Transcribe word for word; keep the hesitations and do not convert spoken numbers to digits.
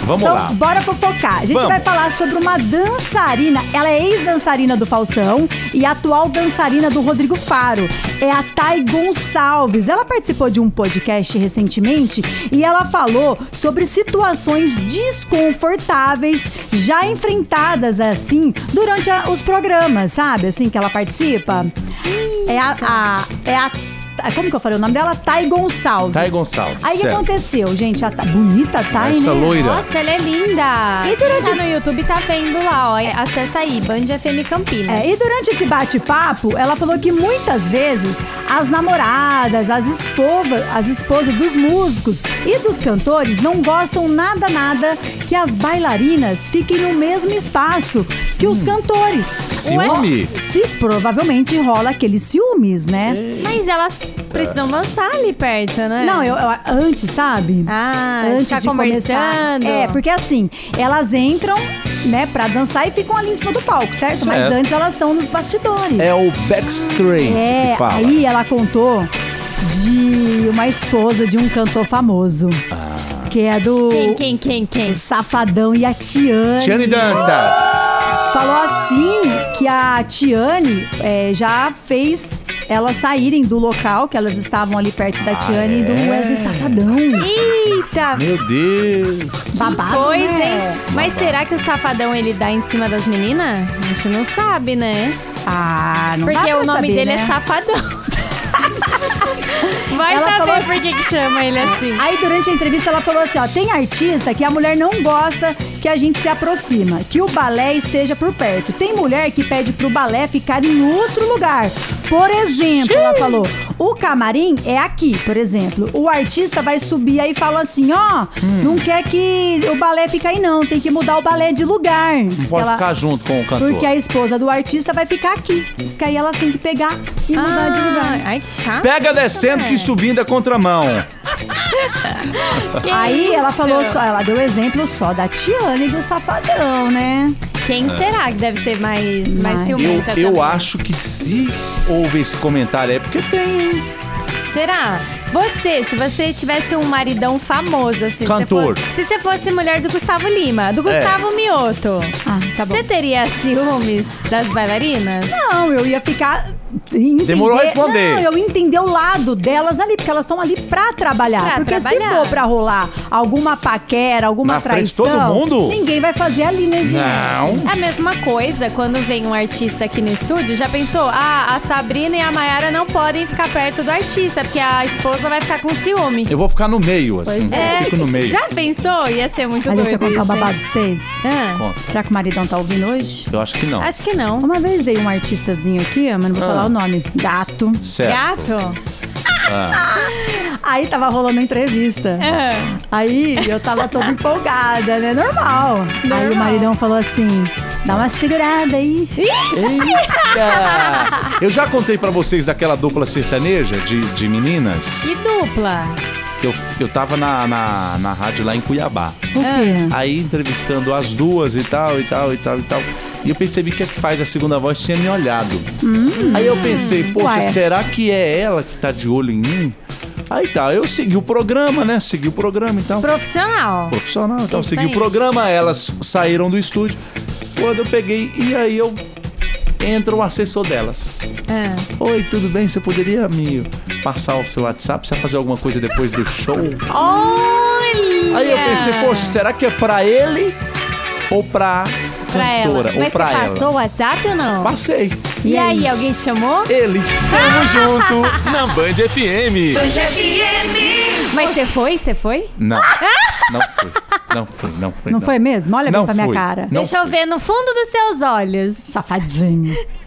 Vamos então, lá. Bora fofocar. A gente Vamos. vai falar sobre uma dançarina. Ela é ex-dançarina do Faustão e atual dançarina do Rodrigo Faro. É a Thay Gonçalves. Ela participou de um podcast recentemente e ela falou sobre situações desconfortáveis já enfrentadas, assim, durante a, os programas, sabe? Assim, que ela participa. É a... a é a Como que eu falei o nome dela? Thay Gonçalves. Thay Gonçalves. Aí o que certo. aconteceu, gente? A bonita Thay, Essa né? loira. Nossa, ela é linda. E durante- Quem tá no YouTube tá vendo lá, ó. Acessa aí, Band F M Campinas. É, e durante esse bate-papo, ela falou que muitas vezes as namoradas, as esposas, as esposas dos músicos e dos cantores não gostam nada, nada que as bailarinas fiquem no mesmo espaço que os cantores. Ciúme? Ué, se provavelmente rola aqueles ciúmes, né? Mas elas precisam dançar ali perto, né? Não, eu, eu- antes, sabe? Ah, antes ficar de começar. conversando. É, porque assim, elas entram, né, pra dançar e ficam ali em cima do palco, certo? Mas Certo. antes elas estão nos bastidores. É o backstreet É, que fala. aí ela contou de uma esposa de um cantor famoso. Que é do Quem, quem, quem, quem? Safadão e a Tiane. Tiane Dantas. Falou assim que a Tiane é, já fez elas saírem do local, que elas estavam ali perto da Tiane e do é? Wesley Safadão. Eita, Meu Deus. Babado, coisa, né? hein? Mas será que o Safadão, ele dá em cima das meninas? A gente não sabe, né? Ah, não dá Porque pra o nome saber, dele né? é Safadão. Vai Ela saber falou por que que chama ele assim. Aí durante a entrevista ela falou assim, ó, tem artista que a mulher não gosta que a gente se aproxima, que o balé esteja por perto. Tem mulher que pede pro balé ficar em outro lugar. Por exemplo, ela falou, o camarim é aqui, por exemplo. O artista vai subir aí e fala assim, ó, Hum. não quer que o balé fique aí não, tem que mudar o balé de lugar. Não Diz que pode ela- ficar junto com o cantor. Porque a esposa do artista vai ficar aqui. Diz que aí elas têm que pegar e mudar de lugar. Ai, que chato. Pega descendo que subindo é contramão. Que Aí ela isso? falou só, ela deu exemplo só da Tiane e do Safadão, né? Quem será que deve ser mais, mais Mas- Eu, ciumenta eu também? acho que se houve esse comentário é porque tem Será? Você, se você tivesse um maridão famoso, assim... Cantor. Se você fosse, se você fosse mulher do Gustavo Lima, do Gustavo Mioto, Ah, tá bom. você teria ciúmes das bailarinas? Não, eu ia ficar... entender- Demorou a responder. Não, eu entender o lado delas ali, porque elas estão ali pra trabalhar. Pra porque trabalhar. se for pra rolar alguma paquera, alguma Na frente de traição... todo mundo? Ninguém vai fazer ali, né, gente? Não. É a mesma coisa quando vem um artista aqui no estúdio. Já pensou? Ah, a Sabrina e a Mayara não podem ficar perto do artista, porque a esposa vai ficar com ciúme. Eu vou ficar no meio, assim. Pois é. Eu fico no meio. Já pensou? Ia ser muito Mas doido deixa eu contar um isso, hein? babado pra vocês. Ah, Conta. Será que o maridão tá ouvindo hoje? Eu acho que não. acho que não. Uma vez veio um artistazinho aqui, mas não vou Ah. falar o nome. Gato. Certo. Gato? Aí tava rolando entrevista. Ah. Aí eu tava toda empolgada, né? Normal. Aí o maridão falou assim: dá uma segurada aí. Eita! Eu já contei pra vocês daquela dupla sertaneja de, de meninas. E dupla? Que eu, eu tava na, na, na rádio lá em Cuiabá. Por quê? Aí entrevistando as duas e tal, e tal, e tal, e tal. E eu percebi que a que faz a segunda voz tinha me olhado. Aí eu pensei, poxa, Ué. será que é ela que tá de olho em mim? Aí tá, eu segui o programa, né? Segui o programa e tal. Profissional. Profissional, então Isso segui aí. o programa, elas saíram do estúdio. Quando eu peguei, e aí eu entra o assessor delas. Ah. Oi, tudo bem? Você poderia me passar o seu WhatsApp? Você vai fazer alguma coisa depois do show? Olha! Aí eu pensei, poxa, será que é pra ele ou pra Pra cantora? ela. Ou Mas pra você ela? passou o WhatsApp ou não? Passei. E aí, alguém te chamou? Ele. Tamo junto na Band F M. Mas você foi? Você foi? Não. Não foi. Não foi, não foi. Não foi mesmo? Olha Não bem pra minha fui. cara. Não Deixa eu ver no fundo dos seus olhos. Safadinho.